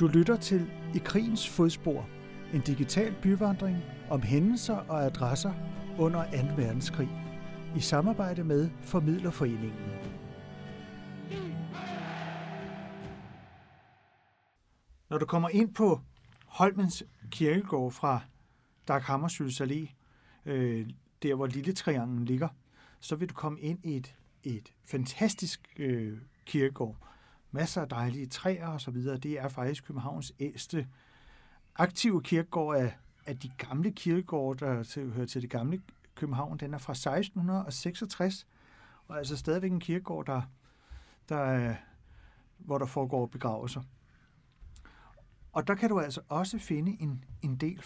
Du lytter til I krigens fodspor, en digital byvandring om hændelser og adresser under 2. verdenskrig, i samarbejde med Formidlerforeningen. Når du kommer ind på Holmens Kirkegård fra Dag Hammarskjölds Allé, der hvor Lille Trianglen ligger, så vil du komme ind i et fantastisk kirkegård. Masser af dejlige træer og så videre. Det er faktisk Københavns ældste aktive kirkegård af de gamle kirkegårde, der hører til det gamle København. Den er fra 1666, og altså stadigvæk en kirkegård, hvor der foregår begravelser. Og der kan du altså også finde en del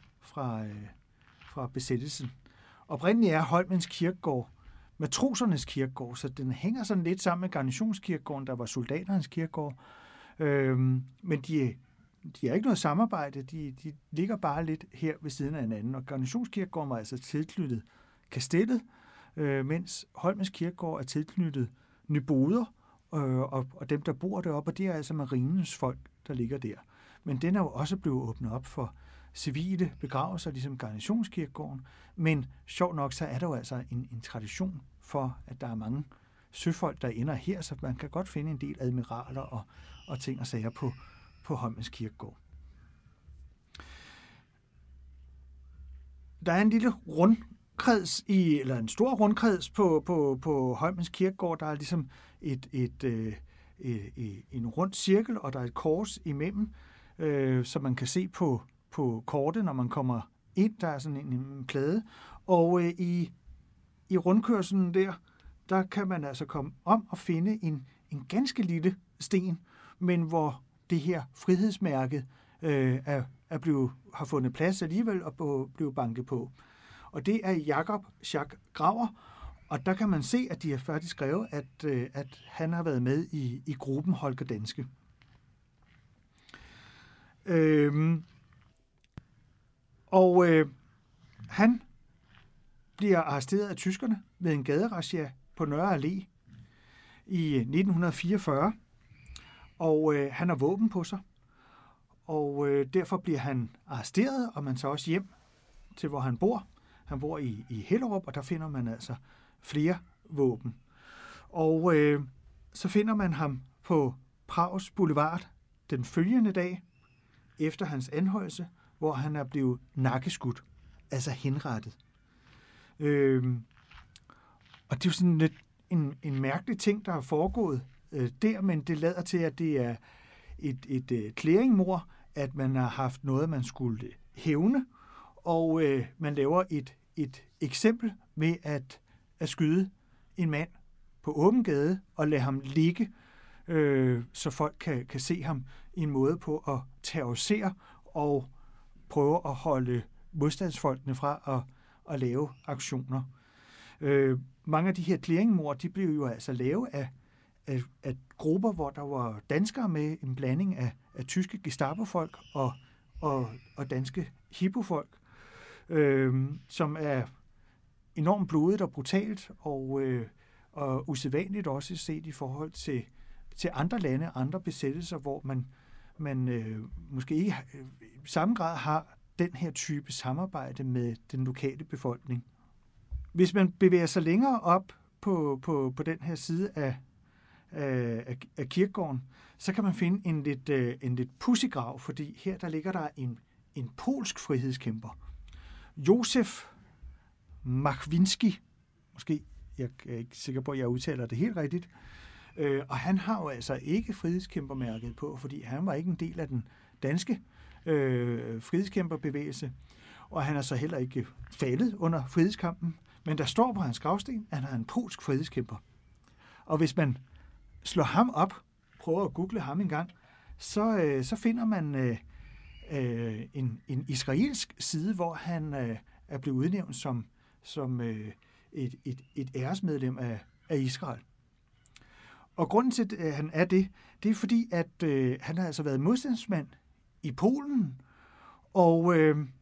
fra besættelsen. Oprindeligt er Holmens Kirkegård matrosernes kirkegård, så den hænger sådan lidt sammen med garnisonskirkegården, der var soldaternes kirkegård. Men de har ikke noget samarbejde, de ligger bare lidt her ved siden af hinanden. Og garnisonskirkegården var altså tilknyttet kastellet, mens Holmens Kirkegård er tilknyttet Nyboder og dem, der bor deroppe, og det er altså marinens folk, der ligger der. Men den er jo også blevet åbnet op for civile begravelser, ligesom garnisonskirkegården. Men sjovt nok, så er der jo altså en tradition for, at der er mange søfolk, der ender her, så man kan godt finde en del admiraler og ting og sager på Holmens Kirkegård. Der er en lille rundkreds en stor rundkreds på Holmens Kirkegård. Der er ligesom en rund cirkel, og der er et kors imellem, så man kan se på kortet, når man kommer ind. Der er sådan en plade, og i rundkørslen der kan man altså komme om og finde en ganske lille sten, men hvor det her frihedsmærke har fundet plads alligevel og blev banket på. Og det er Jakob Schack Grauer, og der kan man se, at de har faktisk skrevet, at han har været med i gruppen Holger Danske. Han bliver arresteret af tyskerne ved en gaderazzia på Nørre Allé i 1944, og han har våben på sig, og derfor bliver han arresteret, og man tager også hjem til, hvor han bor. Han bor i Hellerup, og der finder man altså flere våben. Og så finder man ham på Prags Boulevard den følgende dag, efter hans anholdelse, hvor han er blevet nakkeskudt, altså henrettet. Og det er jo sådan lidt en mærkelig ting, der er foregået der, men det lader til, at det er et clearingmord, at man har haft noget, man skulle hævne, og man laver et eksempel med at skyde en mand på åben gade og lade ham ligge, så folk kan se ham i en måde på at terrorisere og prøve at holde modstandsfolkene fra at lave aktioner. Mange af de her clearingmord, de blev jo altså lavet af grupper, hvor der var danskere med, en blanding af tyske Gestapo-folk og danske Hippo-folk, som er enormt blodigt og brutalt og usædvanligt også set i forhold til andre lande, andre besættelser, hvor man måske ikke i samme grad har den her type samarbejde med den lokale befolkning. Hvis man bevæger sig længere op på den her side af kirkegården, så kan man finde en lidt pudsig grav, fordi her der ligger der en polsk frihedskæmper. Józef Machwinski, måske, jeg er ikke sikker på, at jeg udtaler det helt rigtigt, og han har jo altså ikke frihedskæmpermærket på, fordi han var ikke en del af den danske frihedskæmperbevægelse, og han er så heller ikke faldet under frihedskampen, men der står på hans gravsten, at han er en polsk frihedskæmper. Og hvis man slår ham op, prøver at google ham en gang, så finder man en israelsk side, hvor han er blevet udnævnt som et æresmedlem af Israel. Og grunden til, at han er det er fordi, at han har altså været modstandsmand i Polen, og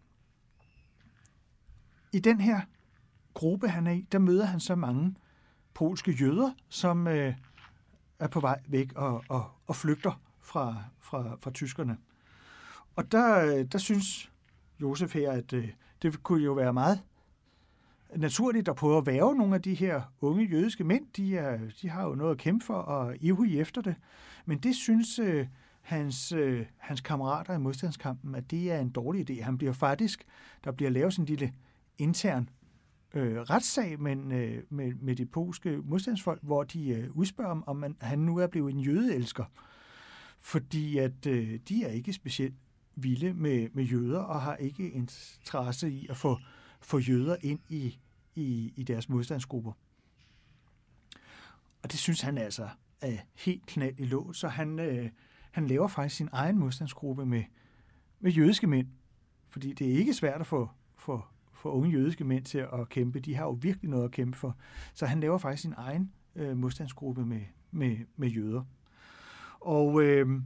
i den her gruppe, han er i, der møder han så mange polske jøder, som er på vej væk og flygter fra tyskerne. Og der synes Josef her, at det kunne jo være meget naturligt at prøve at værge nogle af de her unge jødiske mænd. De har jo noget at kæmpe for og ivrige efter det. Men det synes hans kammerater i modstandskampen, at det er en dårlig idé. Han bliver faktisk, der bliver lavet sådan en lille intern retssag med de polske modstandsfolk, hvor de udspørger om han nu er blevet en jødeelsker. Fordi at de er ikke specielt vilde med jøder og har ikke interesse i at få jøder ind i deres modstandsgrupper. Og det synes han altså er helt knald i låget, så han laver faktisk sin egen modstandsgruppe med jødiske mænd. Fordi det er ikke svært at få unge jødiske mænd til at kæmpe. De har jo virkelig noget at kæmpe for. Så han laver faktisk sin egen modstandsgruppe med jøder. Og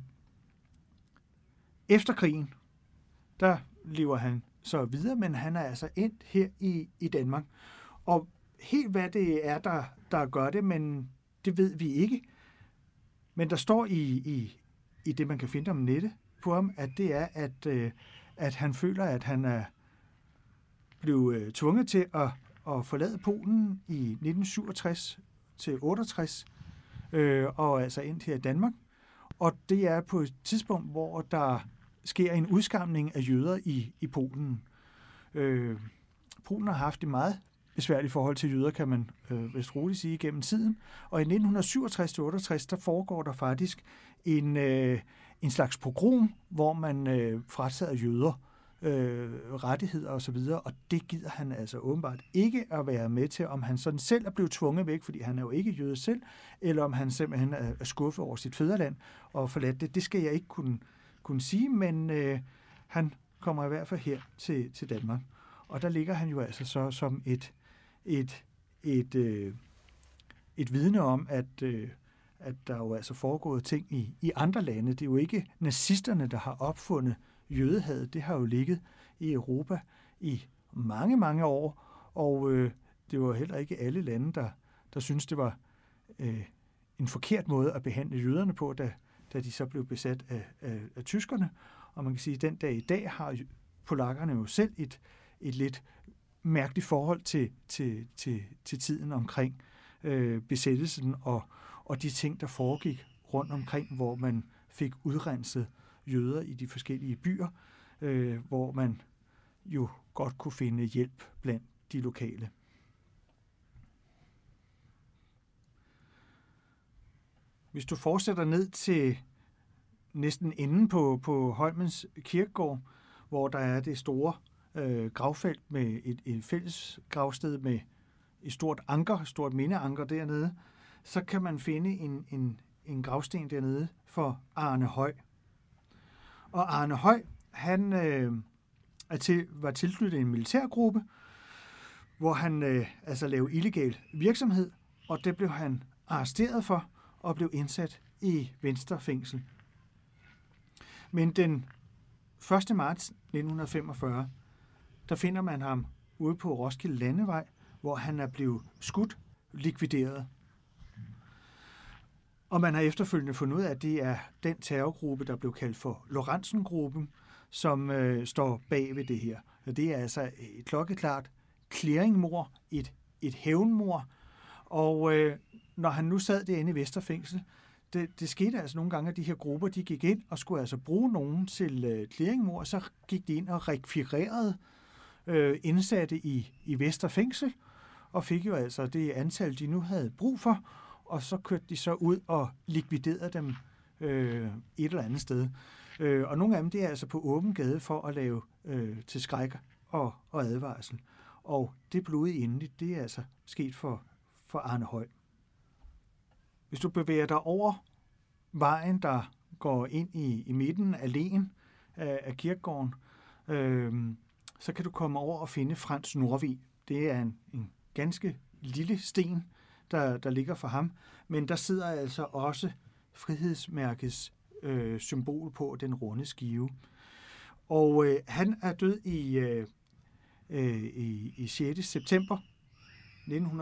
efter krigen, der lever han så videre, men han er altså endt her i Danmark. Og helt hvad det er, der gør det, men det ved vi ikke. Men der står i det, man kan finde om nettet på ham, at det er, at han føler, at han er blevet tvunget til at forlade Polen i 1967-68, og altså endt her i Danmark. Og det er på et tidspunkt, hvor der sker en udskamning af jøder i Polen. Polen har haft et meget besværligt forhold til jøder, kan man vist roligt sige, gennem tiden. Og i 1967-68, der foregår der faktisk en slags pogrom, hvor man fratager jøder rettigheder osv., og det gider han altså åbenbart ikke at være med til, om han sådan selv er blevet tvunget væk, fordi han er jo ikke jøde selv, eller om han simpelthen er skuffet over sit fædreland og forladt det. Det skal jeg ikke kunne sige, men han kommer i hvert fald her til Danmark. Og der ligger han jo altså så som et vidne om, at der jo altså foregået ting i andre lande. Det er jo ikke nazisterne, der har opfundet jødehadet. Det har jo ligget i Europa i mange, mange år, og det var heller ikke alle lande, der syntes, det var en forkert måde at behandle jøderne på, da de så blev besat af tyskerne. Og man kan sige, at den dag i dag har polakkerne jo selv et lidt mærkeligt forhold til tiden omkring besættelsen og de ting, der foregik rundt omkring, hvor man fik udrenset jøder i de forskellige byer, hvor man jo godt kunne finde hjælp blandt de lokale. Hvis du fortsætter ned til næsten enden på Holmens Kirkegård, hvor der er det store gravfelt med et fælles gravsted med et stort mindeanker dernede, så kan man finde en gravsten dernede for Arne Høj. Og Arne Høj, han var tilknyttet en militærgruppe, hvor han altså lavede illegal virksomhed, og det blev han arresteret for og blev indsat i Venstrefængsel. Men den 1. marts 1945, der finder man ham ude på Roskilde Landevej, hvor han er blevet skudt, likvideret. Og man har efterfølgende fundet ud af, at det er den terrorgruppe, der blev kaldt for Lorentzen-gruppen, som står bag ved det her. Og det er altså et klokkeklart clearingmord, et hævnmord. Og når han nu sad derinde i Vesterfængsel, det skete altså nogle gange, at de her grupper, de gik ind og skulle altså bruge nogen til clearingmord, så gik de ind og rekvirerede indsatte i Vesterfængsel, og fik jo altså det antal, de nu havde brug for, og så kørte de så ud og likviderede dem et eller andet sted. Og nogle af dem, det er altså på åben gade for at lave til skræk og advarsel. Og det blodige endeligt, det er altså sket for Arne Høj. Hvis du bevæger dig over vejen, der går ind i midten af læen af kirkegården, så kan du komme over og finde Frans Nordvig. Det er en ganske lille sten, der ligger for ham, men der sidder altså også frihedsmærkets symbol på den runde skive. Og han er død i 6. september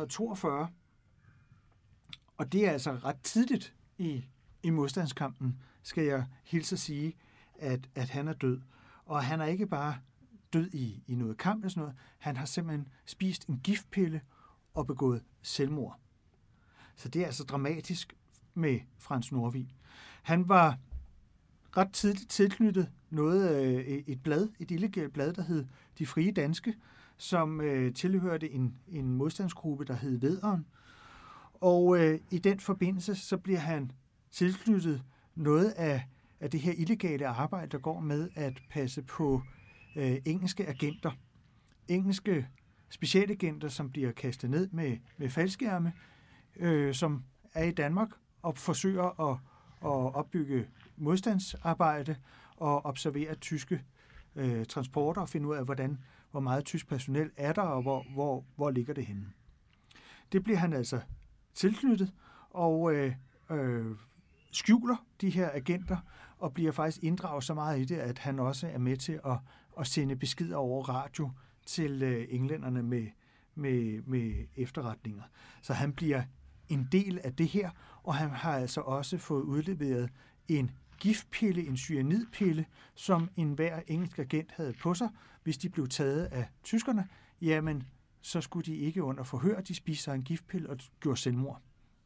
1942, og det er altså ret tidligt i modstandskampen, skal jeg hilse at sige, at han er død. Og han er ikke bare død i noget kamp eller sådan noget. Han har simpelthen spist en giftpille og begået selvmord. Så det er altså dramatisk med Frans Nordvig. Han var ret tidligt tilknyttet et illegalt blad, der hed De Frie Danske, som tilhørte en modstandsgruppe, der hed Vædderen. Og i den forbindelse, så bliver han tilknyttet noget af det her illegale arbejde, der går med at passe på engelske agenter. Engelske specialagenter, som bliver kastet ned med faldskærme, som er i Danmark og forsøger at opbygge modstandsarbejde og observere tyske transporter og finde ud af, hvor meget tysk personel er der, og hvor ligger det henne. Det bliver han altså tilknyttet og skjuler de her agenter og bliver faktisk inddraget så meget i det, at han også er med til at sende beskeder over radio til englænderne med efterretninger. Så han bliver en del af det her, og han har altså også fået udleveret en giftpille, en cyanidpille, som enhver engelsk agent havde på sig. Hvis de blev taget af tyskerne, jamen, så skulle de ikke under forhør. De spiste sig en giftpille og gjorde selvmord.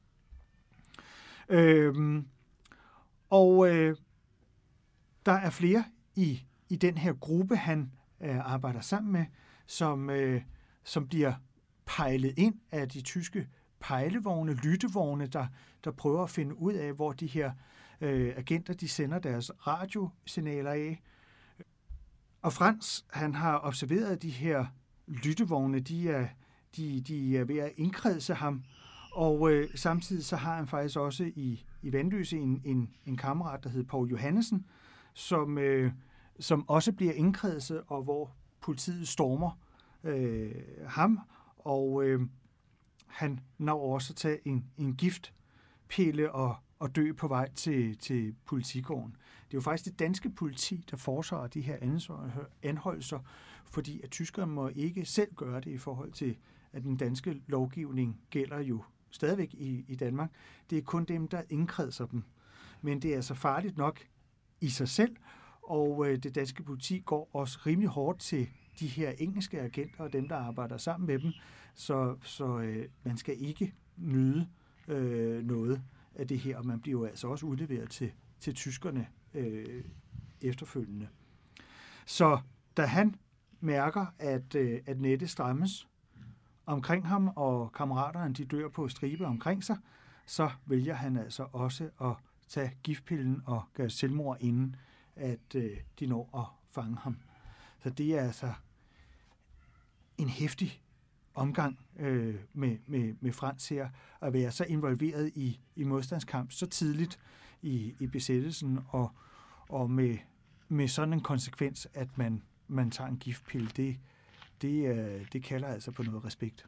Der er flere i den her gruppe, han arbejder sammen med, som bliver pejlet ind af de tyske pejlevogne, lyttevogne, der prøver at finde ud af, hvor de her agenter, de sender deres radiosignaler af. Og Frans, han har observeret de her lyttevogne, de er ved at indkredse ham, og samtidig så har han faktisk også i Vanløse en kammerat, der hedder Poul Johannesen, som også bliver indkredset, og hvor politiet stormer ham, og han når også at tage en giftpille og dø på vej til politigården. Det er jo faktisk det danske politi, der foretager de her anholdelser, fordi at tyskerne må ikke selv gøre det i forhold til, at den danske lovgivning gælder jo stadigvæk i Danmark. Det er kun dem, der indkredser dem. Men det er altså farligt nok i sig selv, og det danske politi går også rimelig hårdt til de her engelske agenter og dem, der arbejder sammen med dem, så man skal ikke nyde noget af det her, og man bliver jo altså også udleveret til tyskerne efterfølgende. Så da han mærker, at nettet strammes omkring ham, og kammeraterne de dør på stribe omkring sig, så vælger han altså også at tage giftpillen og gøre selvmord, inden at de når at fange ham. Så det er altså en heftig omgang med Frans her, at være så involveret i modstandskamp så tidligt i besættelsen, og med sådan en konsekvens, at man tager en giftpille, det kalder altså på noget respekt.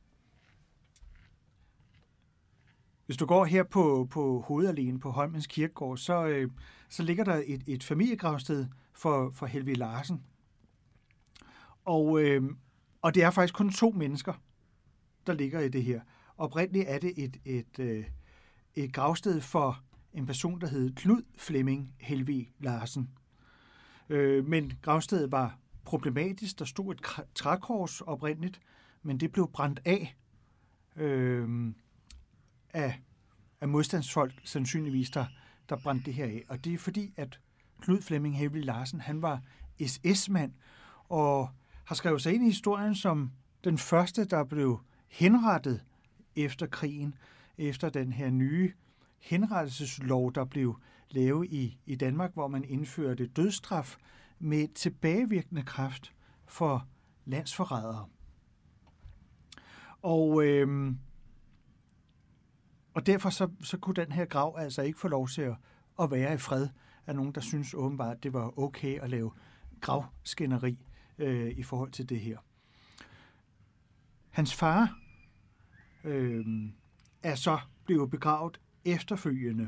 Hvis du går her på Hovedalléen på Holmens Kirkegård, så ligger der et familiegravsted for Helvig Larsen. Og det er faktisk kun 2 mennesker, der ligger i det her. Oprindeligt er det et gravsted for en person, der hed Knud Flemming Helvig Larsen. Men gravstedet var problematisk. Der stod et trækors oprindeligt, men det blev brændt af modstandsfolk, sandsynligvis, der brændte det her af. Og det er fordi, at Knud Flemming Helvig Larsen, han var SS-mand, og har skrevet sig ind i historien som den første, der blev henrettet efter krigen, efter den her nye henrettelseslov, der blev lavet i Danmark, hvor man indførte dødsstraf med tilbagevirkende kraft for landsforrædere. Og derfor så kunne den her grav altså ikke få lov til at være i fred af nogen, der synes åbenbart, at det var okay at lave gravskænderi i forhold til det her. Hans far er så blevet begravet efterfølgende,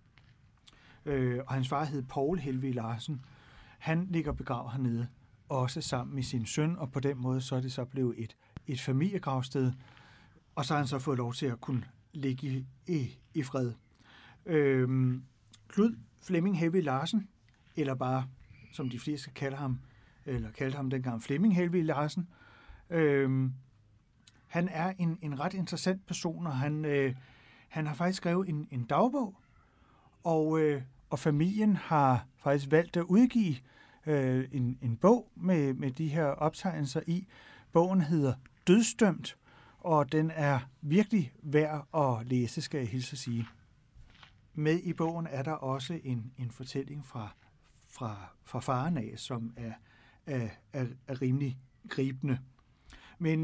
og hans far hed Poul Helvig Larsen. Han ligger begravet hernede, også sammen med sin søn, og på den måde så er det så blevet et familiegravsted, og så har han så fået lov til at kunne ligge i fred. Knud Flemming Helvig Larsen, eller bare, som de fleste kaldte ham dengang, Flemming Helvig Larsen. Han er en ret interessant person, og han har faktisk skrevet en dagbog, og familien har faktisk valgt at udgive en bog med de her optegnelser i. Bogen hedder Dødsdømt, og den er virkelig værd at læse, skal jeg hilse at sige. Med i bogen er der også en fortælling fra faren af, som er rimelig gribende. Men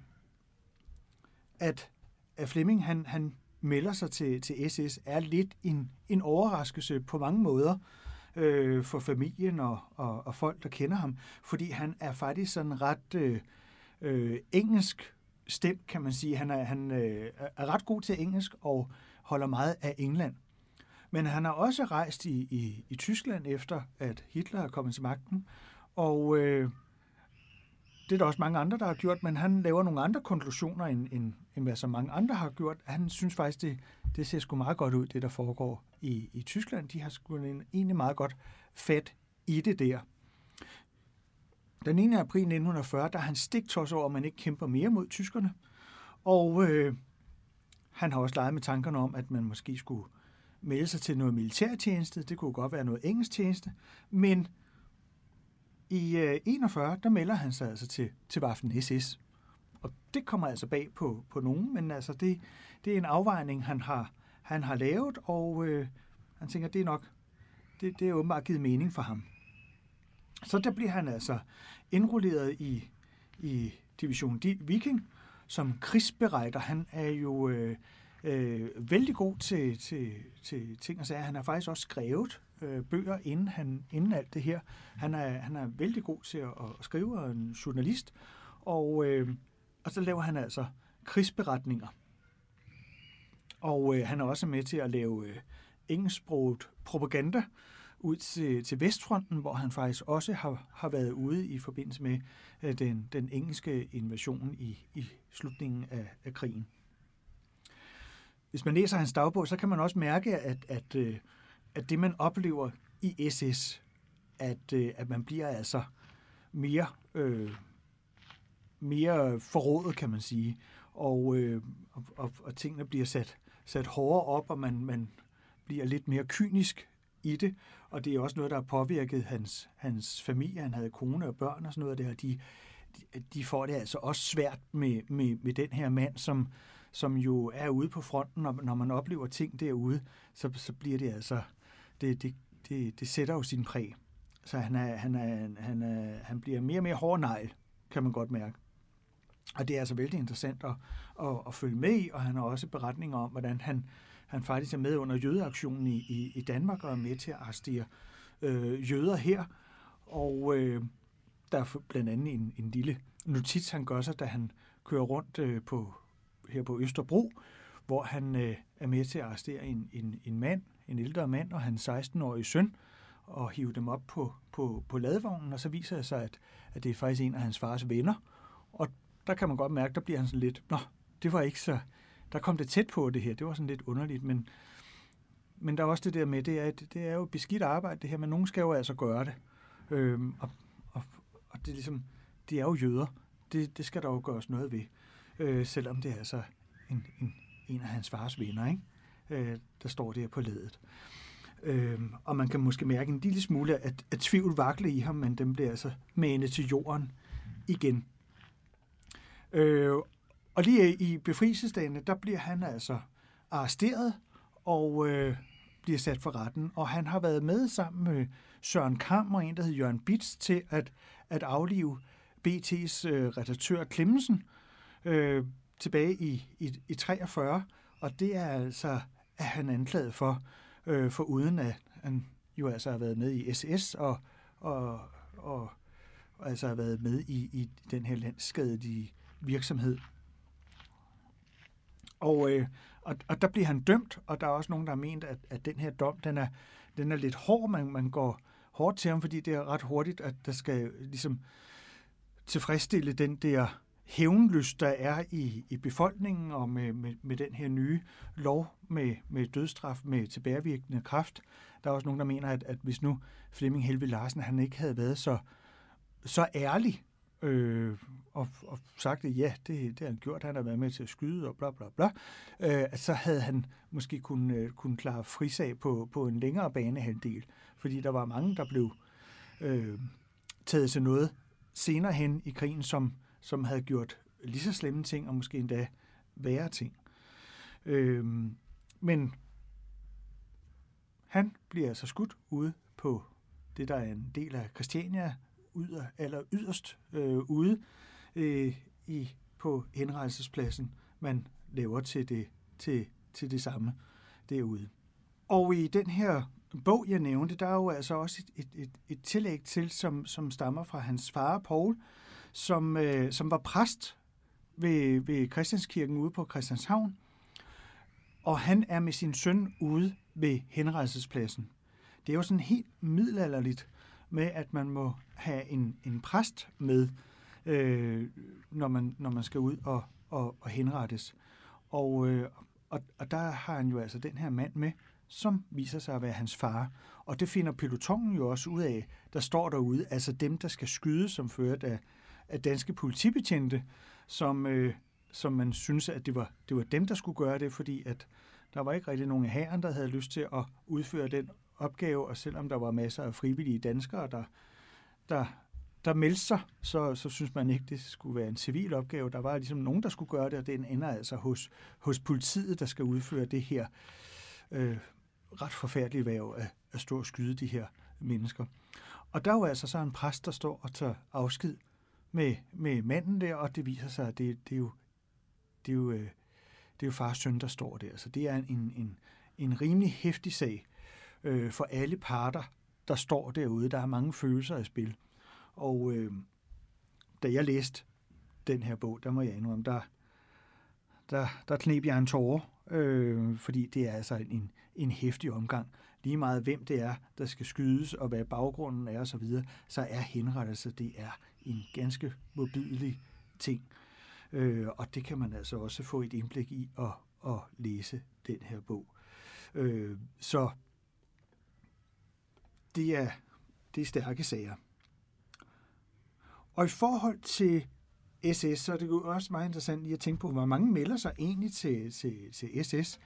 at Flemming han melder sig til SS er lidt en overraskelse på mange måder for familien og folk, der kender ham, fordi han er faktisk sådan ret engelsk stemt, kan man sige. Han er ret god til engelsk og holder meget af England. Men han har også rejst i Tyskland efter, at Hitler er kommet til magten, og det er der også mange andre, der har gjort, men han laver nogle andre konklusioner, end hvad så mange andre har gjort. Han synes faktisk, det ser sgu meget godt ud, det der foregår i Tyskland. De har sgu egentlig meget godt fat i det der. Den 1. april 1940, der er han stiktos over, at man ikke kæmper mere mod tyskerne. Og han har også leget med tankerne om, at man måske skulle melde sig til noget militærtjeneste. Det kunne godt være noget engelsk tjeneste. Men i 41, der melder han sig altså til Waffen SS. Og det kommer altså bag på nogen, men altså det er en afvejning, han har lavet, og han tænker, det er åbenbart givet mening for ham. Så der bliver han altså indrulleret i Division Viking som krigsberejder. Han er jo vældig god til ting og sager. Han har faktisk også skrevet bøger inden alt det her. Han er vældig god til at skrive, og en journalist, og så laver han altså krigsberetninger. Og han er også med til at lave engelsksproget propaganda ud til Vestfronten, hvor han faktisk også har været ude i forbindelse med den engelske invasion i slutningen af krigen. Hvis man læser hans dagbog, så kan man også mærke, at det, man oplever i SS, at man bliver altså mere forrådet, kan man sige, og tingene bliver sat hårdere op, og man bliver lidt mere kynisk i det, og det er også noget, der har påvirket hans familie. Han havde kone og børn og sådan noget der. De får det altså også svært med den her mand, som jo er ude på fronten, og når man oplever ting derude, så bliver det altså, det sætter jo sin præg. Så han bliver mere og mere hårdnegl, kan man godt mærke. Og det er altså vældig interessant at følge med i, og han har også beretninger om, hvordan han faktisk er med under jødeaktionen i Danmark, og er med til at arrestere jøder her. Og der er blandt andet en lille notits, han gør sig, da han kører rundt her på Østerbro, hvor han er med til at arrestere en mand, en ældre mand og hans 16-årige søn, og hive dem op på ladvognen, og så viser det sig, at det er faktisk en af hans fars venner. Og der kan man godt mærke, der bliver han sådan lidt, det var ikke så, der kom det tæt på det her, det var sådan lidt underligt, men der er også det der med, det er jo beskidt arbejde det her, men nogen skal jo altså gøre det. Og det er ligesom, det er jo jøder, det skal der jo gøres noget ved, selvom det er altså en af hans fars venner, ikke? Der står der på ledet. Og man kan måske mærke en lille smule at tvivl vakle i ham, men den bliver altså manet til jorden igen. Og lige i befrielsesdagene, der bliver han altså arresteret og bliver sat for retten. Og han har været med sammen med Søren Kam og en, der hed Jørgen Bitz, til at aflive BT's redaktør Clemmensen tilbage i 43. Og det er altså, at han er anklaget for uden at han jo altså har været med i SS og altså har været med i den her landsskadelige virksomhed. Og der bliver han dømt, og der er også nogen, der har ment, at den her dom, den er lidt hård. Man går hårdt til ham, fordi det er ret hurtigt, at der skal ligesom tilfredsstille den der hævnlyst, der er i befolkningen, og med den her nye lov med dødsstraf med tilbagevirkende kraft, der er også nogen, der mener, at hvis nu Flemming Helveg Larsen, han ikke havde været så ærlig, og sagt, at ja, det har han gjort, han har været med til at skyde, og bla bla bla, så havde han måske kunne klare frisag på en længere banehalvdel, fordi der var mange, der blev taget til noget senere hen i krigen, som havde gjort lige så slemme ting, og måske endda værre ting. Men han bliver altså skudt ude på det, der er en del af Christiania, yderst ude på henrettelsespladsen, man laver til det samme derude. Og i den her bog, jeg nævnte, der er jo altså også et tillæg til, som stammer fra hans far, Poul, som var præst ved Christianskirken ude på Christianshavn, og han er med sin søn ude ved henrettelsespladsen. Det er jo sådan helt middelalderligt med, at man må have en præst med, når man skal ud og henrettes. Og der har han jo altså den her mand med, som viser sig at være hans far. Og det finder pelotonen jo også ud af, der står derude, altså dem, der skal skydes, som ført af danske politibetjente, som man synes, at det var dem, der skulle gøre det, fordi at der var ikke rigtig nogen af hæren, der havde lyst til at udføre den opgave, og selvom der var masser af frivillige danskere, der meldte sig, så synes man ikke, det skulle være en civil opgave. Der var ligesom nogen, der skulle gøre det, og den ender altså hos politiet, der skal udføre det her ret forfærdelige værv at stå og skyde de her mennesker. Og der er jo altså så en præst, der står og tager afsked med manden der, og det viser sig, at det er jo fars søn, der står der. Så det er en rimelig heftig sag for alle parter, der står derude. Der er mange følelser i spil. Og da jeg læste den her bog, der må jeg indrømme, der kneb jeg en tåre, fordi det er altså en heftig omgang. Lige meget hvem det er, der skal skydes, og hvad baggrunden er osv., så er henrettelse, det er en ganske modbydelig ting. Og det kan man altså også få et indblik i at læse den her bog. Så det er stærke sager. Og i forhold til SS, så er det jo også meget interessant lige at tænke på, hvor mange melder sig egentlig til SS.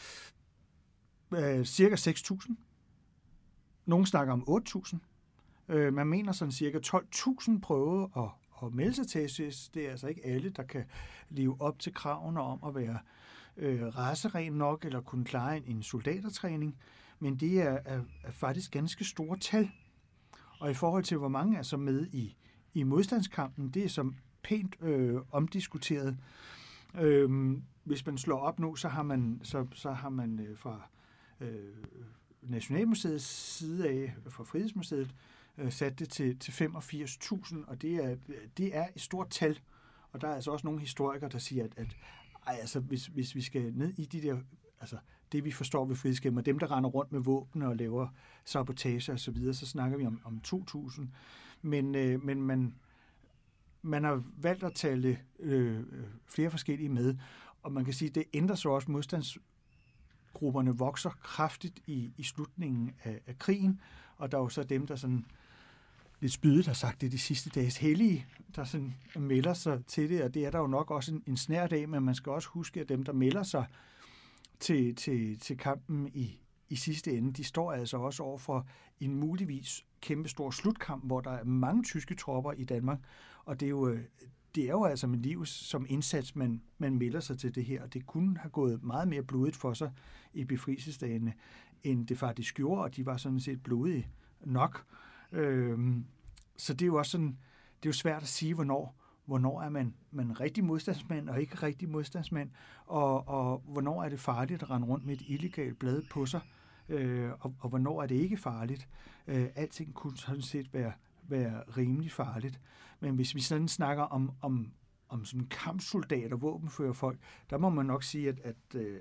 Cirka 6.000. Nogle snakker om 8.000. Man mener sådan cirka 12.000 prøve at melde sig til SS. Det er altså ikke alle, der kan leve op til kravene om at være raceren nok, eller kunne klare en soldatertræning. Men det er faktisk ganske store tal. Og i forhold til, hvor mange er så med i modstandskampen, det er som pænt omdiskuteret. Hvis man slår op nu, så har man fra Nationalmuseets side af, fra Frihedsmuseet, sat det til 85.000, og det er et stort tal. Og der er altså også nogle historikere, der siger, at hvis vi skal ned i de der, altså det vi forstår ved frihedskæmper, dem der render rundt med våben og laver sabotage og så videre, så snakker vi om 2.000. Men man har valgt at tale flere forskellige med, og man kan sige, at det ændrer sig også. Modstandsgrupperne vokser kraftigt i slutningen af krigen, og der er jo så dem, der sådan lidt spydigt har sagt, det de sidste dages hellige, der sådan melder sig til det, og det er der jo nok også en snært af, men man skal også huske, at dem, der melder sig til kampen i sidste ende, de står altså også over for en muligvis kæmpestor slutkamp, hvor der er mange tyske tropper i Danmark, og det er jo altså med liv som indsats, man melder sig til det her, og det kunne have gået meget mere blodigt for sig i befrielsesdagene, end det faktisk gjorde, og de var sådan set blodige nok. Så det er jo også sådan, det er jo svært at sige, hvornår er man rigtig modstandsmand og ikke rigtig modstandsmand, og hvornår er det farligt at rende rundt med et illegalt blad på sig, og hvornår er det ikke farligt. Alting kunne sådan set være rimelig farligt. Men hvis vi sådan snakker om sådan kampsoldater, våbenførerfolk, der må man nok sige, at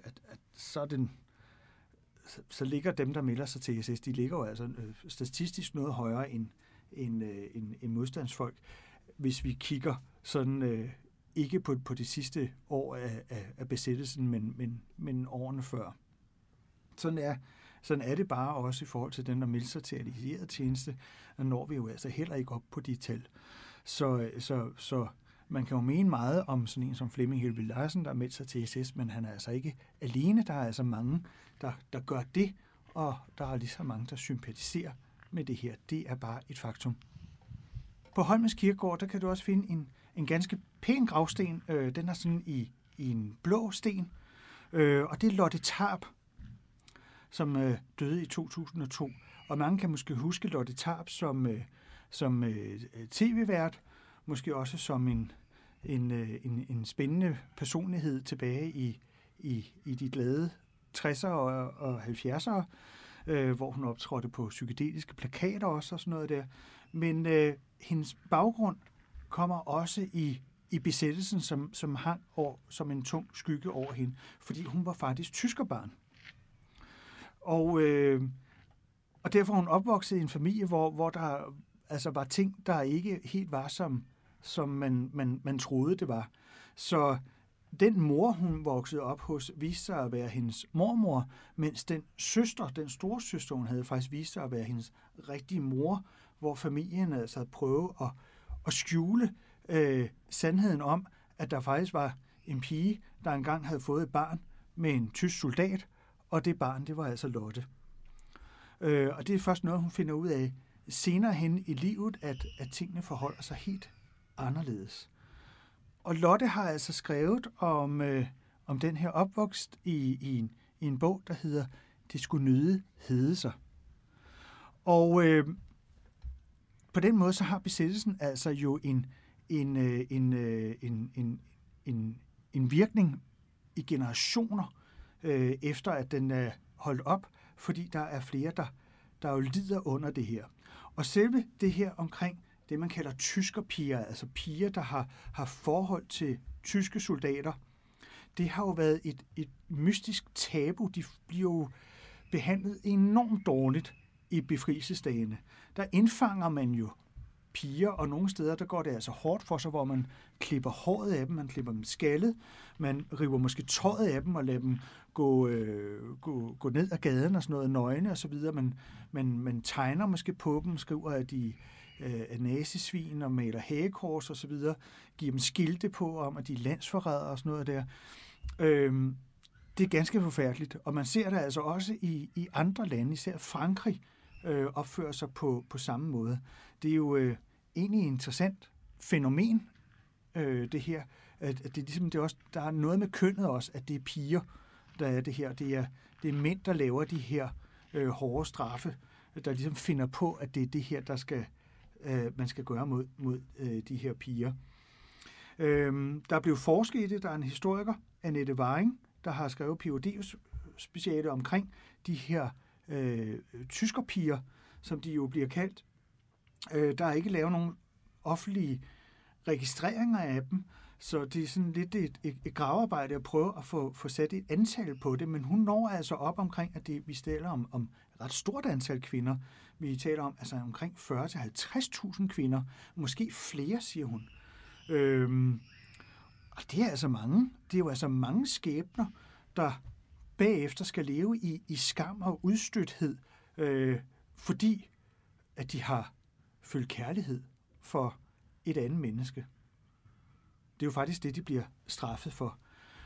så ligger dem, der melder sig til SS, de ligger jo altså statistisk noget højere end modstandsfolk, hvis vi kigger sådan ikke på de sidste år af besættelsen, men årene før. Sådan Sådan er det bare også i forhold til den, der melder sig til allieret tjeneste, og når vi jo altså heller ikke op på de tal. Så man kan jo mene meget om sådan en som Flemming Helveg Larsen, der har meldt sig til SS, men han er altså ikke alene. Der er altså mange, der gør det, og der er lige så mange, der sympatiserer med det her. Det er bare et faktum. På Holmens Kirkegård, der kan du også finde en ganske pæn gravsten. Den er sådan i en blå sten, og det er Lotte Tarp, som døde i 2002. Og mange kan måske huske Lotte Tarp som tv-vært, måske også som en spændende personlighed tilbage i de glade 60'ere og 70'ere, hvor hun optrådte på psykedeliske plakater også og sådan noget der. Men hendes baggrund kommer også i besættelsen, som hang som en tung skygge over hende, fordi hun var faktisk tyskerbarn. Og derfor er hun opvokset i en familie, hvor der altså var ting, der ikke helt var, som man troede, det var. Så den mor, hun voksede op hos, viste sig at være hendes mormor, mens den store søster, hun havde, faktisk viste sig at være hendes rigtige mor, hvor familien altså havde prøvet at skjule sandheden om, at der faktisk var en pige, der engang havde fået et barn med en tysk soldat, og det barn, det var altså Lotte. Og det er først noget, hun finder ud af senere hen i livet, at tingene forholder sig helt anderledes. Og Lotte har altså skrevet om den her opvokst i en bog, der hedder Det skulle nøde hedde sig. Og på den måde så har besættelsen altså jo en virkning i generationer, efter at den er holdt op, fordi der er flere, der jo lider under det her. Og selve det her omkring det, man kalder tyskerpiger, altså piger, der har forhold til tyske soldater, det har jo været et mystisk tabu. De bliver jo behandlet enormt dårligt i befrielsesdagene. Der indfanger man jo piger, og nogle steder, der går det altså hårdt for sig, hvor man klipper håret af dem, man klipper dem skaldet, man river måske tøjet af dem og lader dem gå ned ad gaden og sådan noget, nøgne og så videre. Man tegner måske på dem, skriver, at de er nazisvin og maler hagekors og så videre, giver dem skilte på om, at de er landsforrædere og sådan noget der. Det er ganske forfærdeligt, og man ser det altså også i andre lande, især Frankrig, opfører sig på samme måde. Det er jo egentlig et interessant fænomen, det her, at det ligesom det også, der er noget med kønnet også, at det er piger, der er det her. Det er mænd, der laver de her hårde straffe, der ligesom finder på, at det er det her, der skal man skal gøre mod de her piger. Der blev forsket i det. Der er en historiker, Annette Waring, der har skrevet Ph.D.-speciale omkring de her tyskerpiger, som de jo bliver kaldt. Der er ikke lavet nogen offentlige registreringer af dem, så det er sådan lidt et gravearbejde at prøve at få sat et antal på det, men hun når altså op omkring, at vi taler om et ret stort antal kvinder. Vi taler om altså omkring 40.000-50.000 kvinder, måske flere, siger hun. Og det er altså mange. Det er jo altså mange skæbner, der bagefter skal leve i skam og udstødthed, fordi at de har følt kærlighed for et andet menneske. Det er jo faktisk det, de bliver straffet for.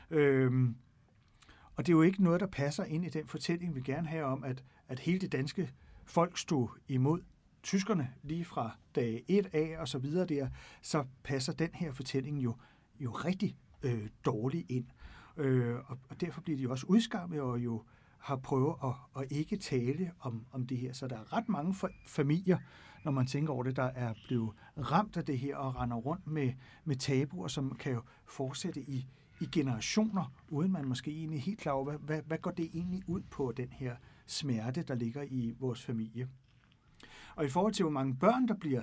Og det er jo ikke noget, der passer ind i den fortælling, vi gerne har om, at hele det danske folk stod imod tyskerne lige fra dag 1 af og så videre der, så passer den her fortælling jo rigtig dårligt ind. Og derfor bliver de også udskammet og jo har prøvet at ikke tale om det her. Så der er ret mange familier, når man tænker over det, der er blevet ramt af det her og render rundt med tabuer, som kan jo fortsætte i generationer, uden man måske egentlig helt klar over, hvad går det egentlig ud på, den her smerte, der ligger i vores familie. Og i forhold til, hvor mange børn, der bliver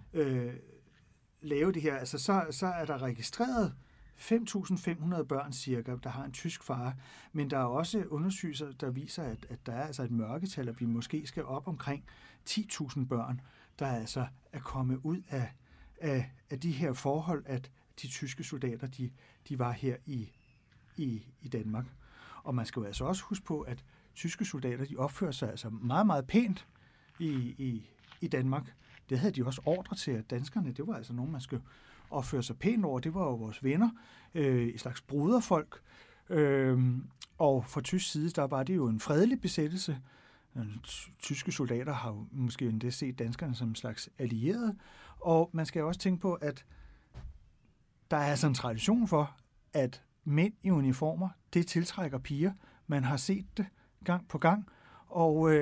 lavet det her, altså så er der registreret 5.500 børn cirka, der har en tysk far, men der er også undersøgelser, der viser, at der er altså et mørketal, at vi måske skal op omkring 10.000 børn, der altså er kommet ud af de her forhold, at de tyske soldater, de var her i Danmark. Og man skal jo altså også huske på, at tyske soldater, de opførte sig altså meget, meget pænt i Danmark. Det havde de også ordre til, at danskerne, det var altså nogen, man skulle opføre sig pænt over. Det var jo vores venner, et slags broderfolk. Og fra tysk side, der var det jo en fredelig besættelse. Tyske soldater har jo måske endda set danskerne som en slags allierede. Og man skal også tænke på, at der er altså en tradition for, at mænd i uniformer, det tiltrækker piger. Man har set det gang på gang, og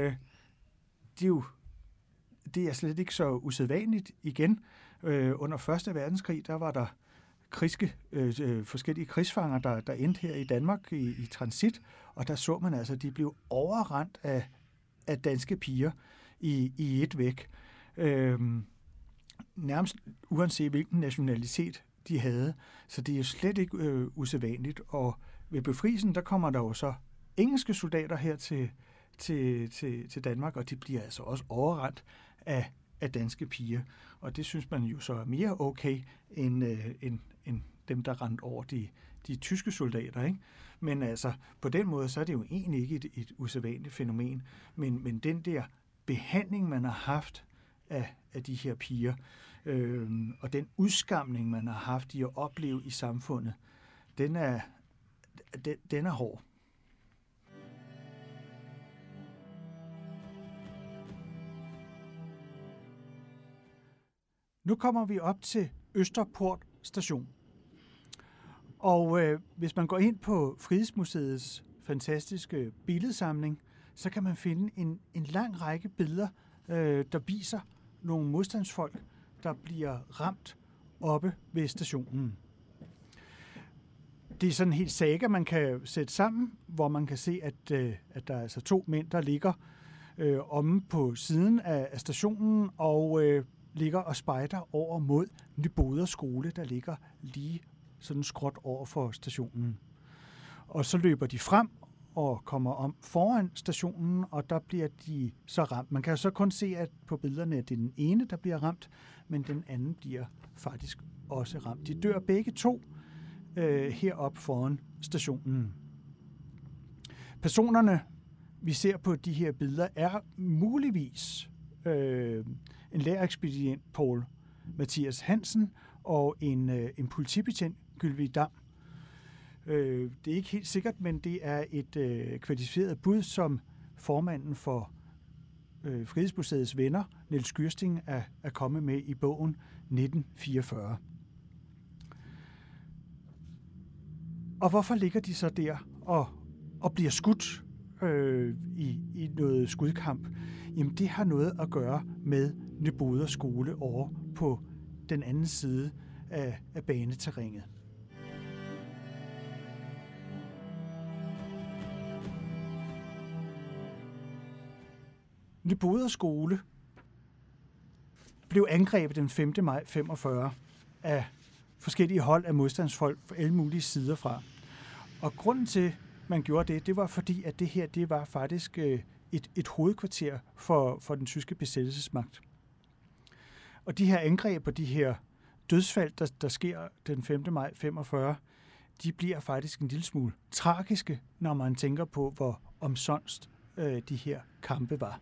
det er slet ikke så usædvanligt igen. Under 1. verdenskrig, der var der forskellige krigsfanger, der endte her i Danmark i transit, og der så man altså, at de blev overrendt af danske piger i et væk. Nærmest uanset hvilken nationalitet de havde. Så det er jo slet ikke usædvanligt. Og ved befrielsen, der kommer der jo så engelske soldater her til Danmark, og de bliver altså også overrendt af danske piger. Og det synes man jo så er mere okay, end dem, der rendte over de tyske soldater, ikke? Men altså, på den måde, så er det jo egentlig ikke et usædvanligt fænomen. Men den der behandling, man har haft af de her piger, og den udskamning, man har haft i at opleve i samfundet, den er hård. Nu kommer vi op til Østerport Station. Og hvis man går ind på Frihedsmuseets fantastiske billedsamling, så kan man finde en lang række billeder, der viser nogle modstandsfolk, der bliver ramt oppe ved stationen. Det er sådan en helt saga, man kan sætte sammen, hvor man kan se, at der er altså 2 mænd, der ligger omme på siden af stationen og ligger og spejder over mod Nyboder skole, der ligger lige sådan skråt over for stationen. Og så løber de frem og kommer om foran stationen, og der bliver de så ramt. Man kan så kun se, at på billederne, at det er den ene, der bliver ramt, men den anden bliver faktisk også ramt. De dør begge 2 heroppe foran stationen. Personerne, vi ser på de her billeder, er muligvis en lærerekspedient, Poul Mathias Hansen, og en politibetjent, Gylvig Dam. Det er ikke helt sikkert, men det er et kvalificeret bud, som formanden for Frihedsmuseets venner, Niels Gyrsting, er kommet med i bogen 1944. Og hvorfor ligger de så der og bliver skudt i noget skudkamp? Jamen, det har noget at gøre med Nyboder skole over på den anden side af baneterrænet. Nyboder skole blev angrebet den 5. maj 45 af forskellige hold af modstandsfolk fra alle mulige sider fra. Og grunden til, man gjorde det var fordi, at det her, det var faktisk et hovedkvarter for den tyske besættelsesmagt. Og de her angreb og de her dødsfald, der sker den 5. maj 45, de bliver faktisk en lille smule tragiske, når man tænker på, hvor omsonst de her kampe var.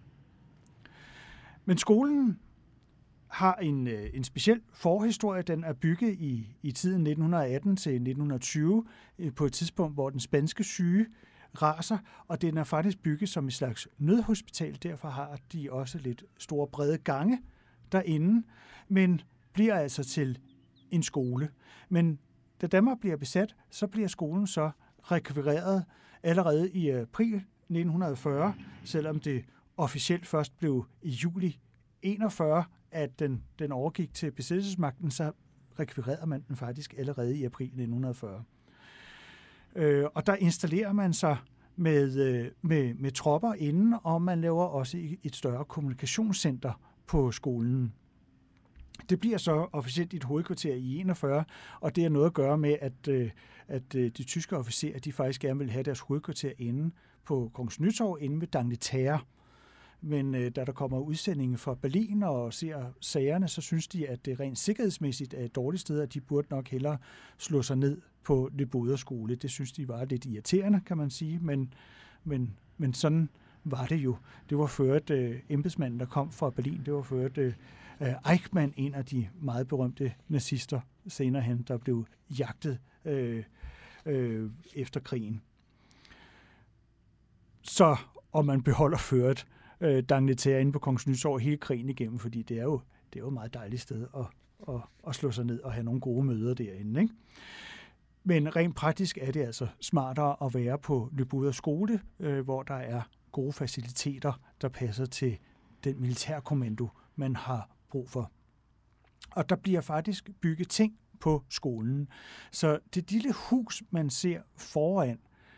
Men skolen har en speciel forhistorie. Den er bygget i tiden 1918 til 1920, på et tidspunkt, hvor den spanske syge raser, og den er faktisk bygget som et slags nødhospital. Derfor har de også lidt store, brede gange derinde, men bliver altså til en skole. Men da Danmark bliver besat, så bliver skolen så rekvireret allerede i april 1940, selvom det officielt først blev i juli 41, at den overgik til besættelsesmagten, så rekvirerede man den faktisk allerede i april 1940. Og der installerer man sig med tropper inden, og man laver også et større kommunikationscenter på skolen. Det bliver så officielt et hovedkvarter i 41, og det har noget at gøre med, at de tyske officerer, de faktisk gerne vil have deres hovedkvarter inde på Kongens Nytorv, inde ved D'Angleterre. Men da der kommer udsendinge fra Berlin og ser sagerne, så synes de, at det rent sikkerhedsmæssigt er et dårligt sted, at de burde nok hellere slå sig ned på Nyboder skole. Det synes de var lidt irriterende, kan man sige, men men sådan var det jo. Det var ført embedsmanden, der kom fra Berlin. Det var ført Eichmann, en af de meget berømte nazister senere hen, der blev jagtet efter krigen. Så, og man beholder ført Dagnetær inde på Kongens Nytorv hele krigen igennem, fordi det er jo et meget dejligt sted at slå sig ned og have nogle gode møder derinde, ikke? Men rent praktisk er det altså smartere at være på Nyboder skole, hvor der er gode faciliteter, der passer til den militærkommando, man har brug for. Og der bliver faktisk bygget ting på skolen. Så det lille hus, man ser foran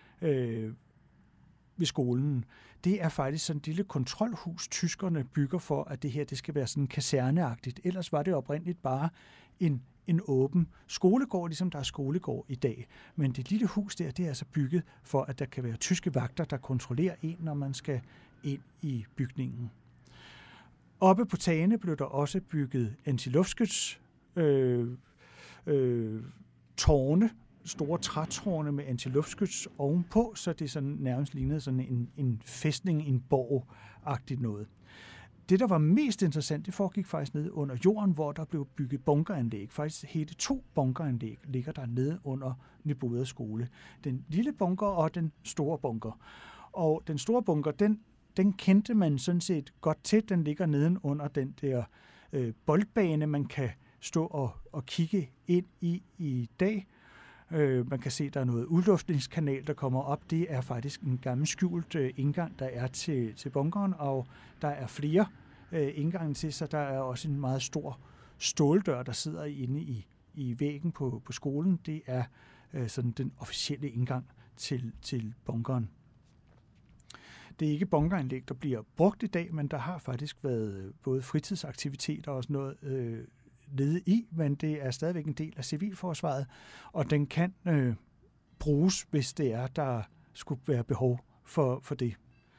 ved skolen, det er faktisk sådan et lille kontrolhus, tyskerne bygger for, at det her det skal være sådan kaserneagtigt. Ellers var det oprindeligt bare en åben skolegård, ligesom der er skolegård i dag. Men det lille hus der, det er altså bygget for, at der kan være tyske vagter, der kontrollerer en, når man skal ind i bygningen. Oppe på tagene blev der også bygget antiluftskyts tårne, store trætårne med antiluftskyts ovenpå, så det sådan nærmest lignede sådan en fæstning, en borg-agtigt noget. Det, der var mest interessant, det foregik faktisk nede under jorden, hvor der blev bygget bunkeranlæg. Faktisk hele 2 bunkeranlæg ligger der nede under Nyboder skole. Den lille bunker og den store bunker. Og den store bunker, den kendte man sådan set godt til. Den ligger neden under den der boldbane, man kan stå og kigge ind i dag. Man kan se, der er noget udluftningskanal, der kommer op. Det er faktisk en gammel skjult indgang, der er til bunkeren, og der er flere indgange til, så der er også en meget stor ståldør, der sidder inde i væggen på skolen. Det er sådan den officielle indgang til bunkeren. Det er ikke bunkeranlæg, der bliver brugt i dag, men der har faktisk været både fritidsaktiviteter og sådan noget nede i, men det er stadigvæk en del af civilforsvaret, og den kan bruges, hvis det er, der skulle være behov for det.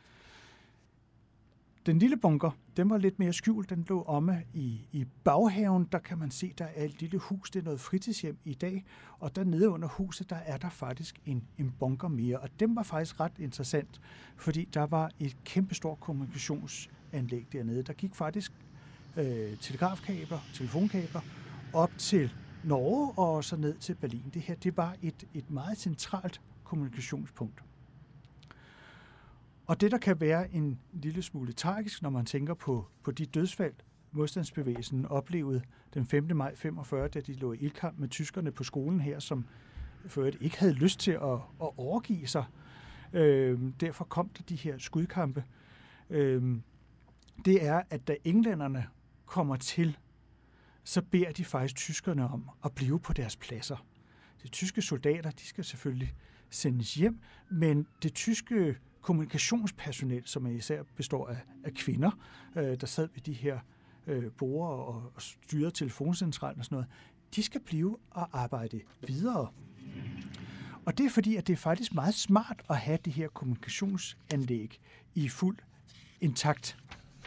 Den lille bunker, den var lidt mere skjult, den lå omme i baghaven, der kan man se, der er et lille hus, det er noget fritidshjem i dag, og der nede under huset, der er der faktisk en bunker mere, og den var faktisk ret interessant, fordi der var et kæmpestort kommunikationsanlæg dernede. Der gik faktisk telegrafkabler, telefonkabler op til Norge og så ned til Berlin. Det her, det var et meget centralt kommunikationspunkt. Og det, der kan være en lille smule tragisk, når man tænker på de dødsfald, modstandsbevægelsen oplevede den 5. maj 45, da de lå i ildkamp med tyskerne på skolen her, som for ikke havde lyst til at overgive sig. Derfor kom der de her skudkampe. Det er, at da englænderne kommer til, så beder de faktisk tyskerne om at blive på deres pladser. De tyske soldater, de skal selvfølgelig sendes hjem, men det tyske kommunikationspersonel, som især består af kvinder, der sad ved de her borde og styrede telefoncentralen og sådan noget, de skal blive og arbejde videre. Og det er fordi, at det er faktisk meget smart at have det her kommunikationsanlæg i fuld intakt.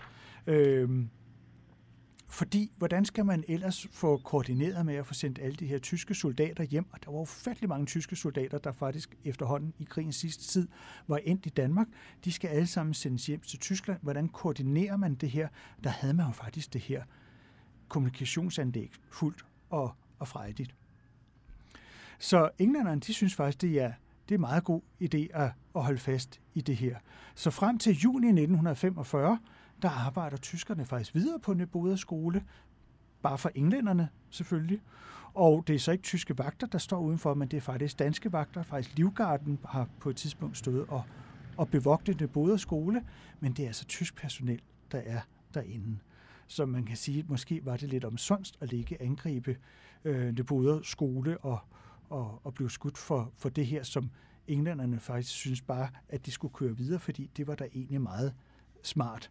Fordi, hvordan skal man ellers få koordineret med at få sendt alle de her tyske soldater hjem? Og der var ufattelig mange tyske soldater, der faktisk efterhånden i krigens sidste tid var endt i Danmark. De skal alle sammen sendes hjem til Tyskland. Hvordan koordinerer man det her? Der havde man jo faktisk det her kommunikationsanlæg fuldt og frejdigt. Så englænderne, de synes faktisk, det er en meget god idé at holde fast i det her. Så frem til juni 1945, der arbejder tyskerne faktisk videre på Nyboder skole, bare for englænderne selvfølgelig. Og det er så ikke tyske vagter, der står udenfor, men det er faktisk danske vagter. Faktisk Livgarden har på et tidspunkt stået og bevogtet Nyboder skole, men det er altså tysk personel, der er derinde. Så man kan sige, at måske var det lidt omsonst at angribe Nyboder skole og blive skudt for det her, som englænderne faktisk synes bare, at de skulle køre videre, fordi det var da egentlig meget smart.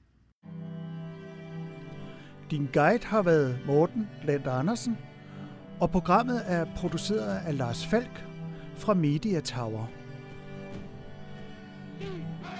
Din guide har været Morten Lander Andersen, og programmet er produceret af Lars Falk fra Media Tower.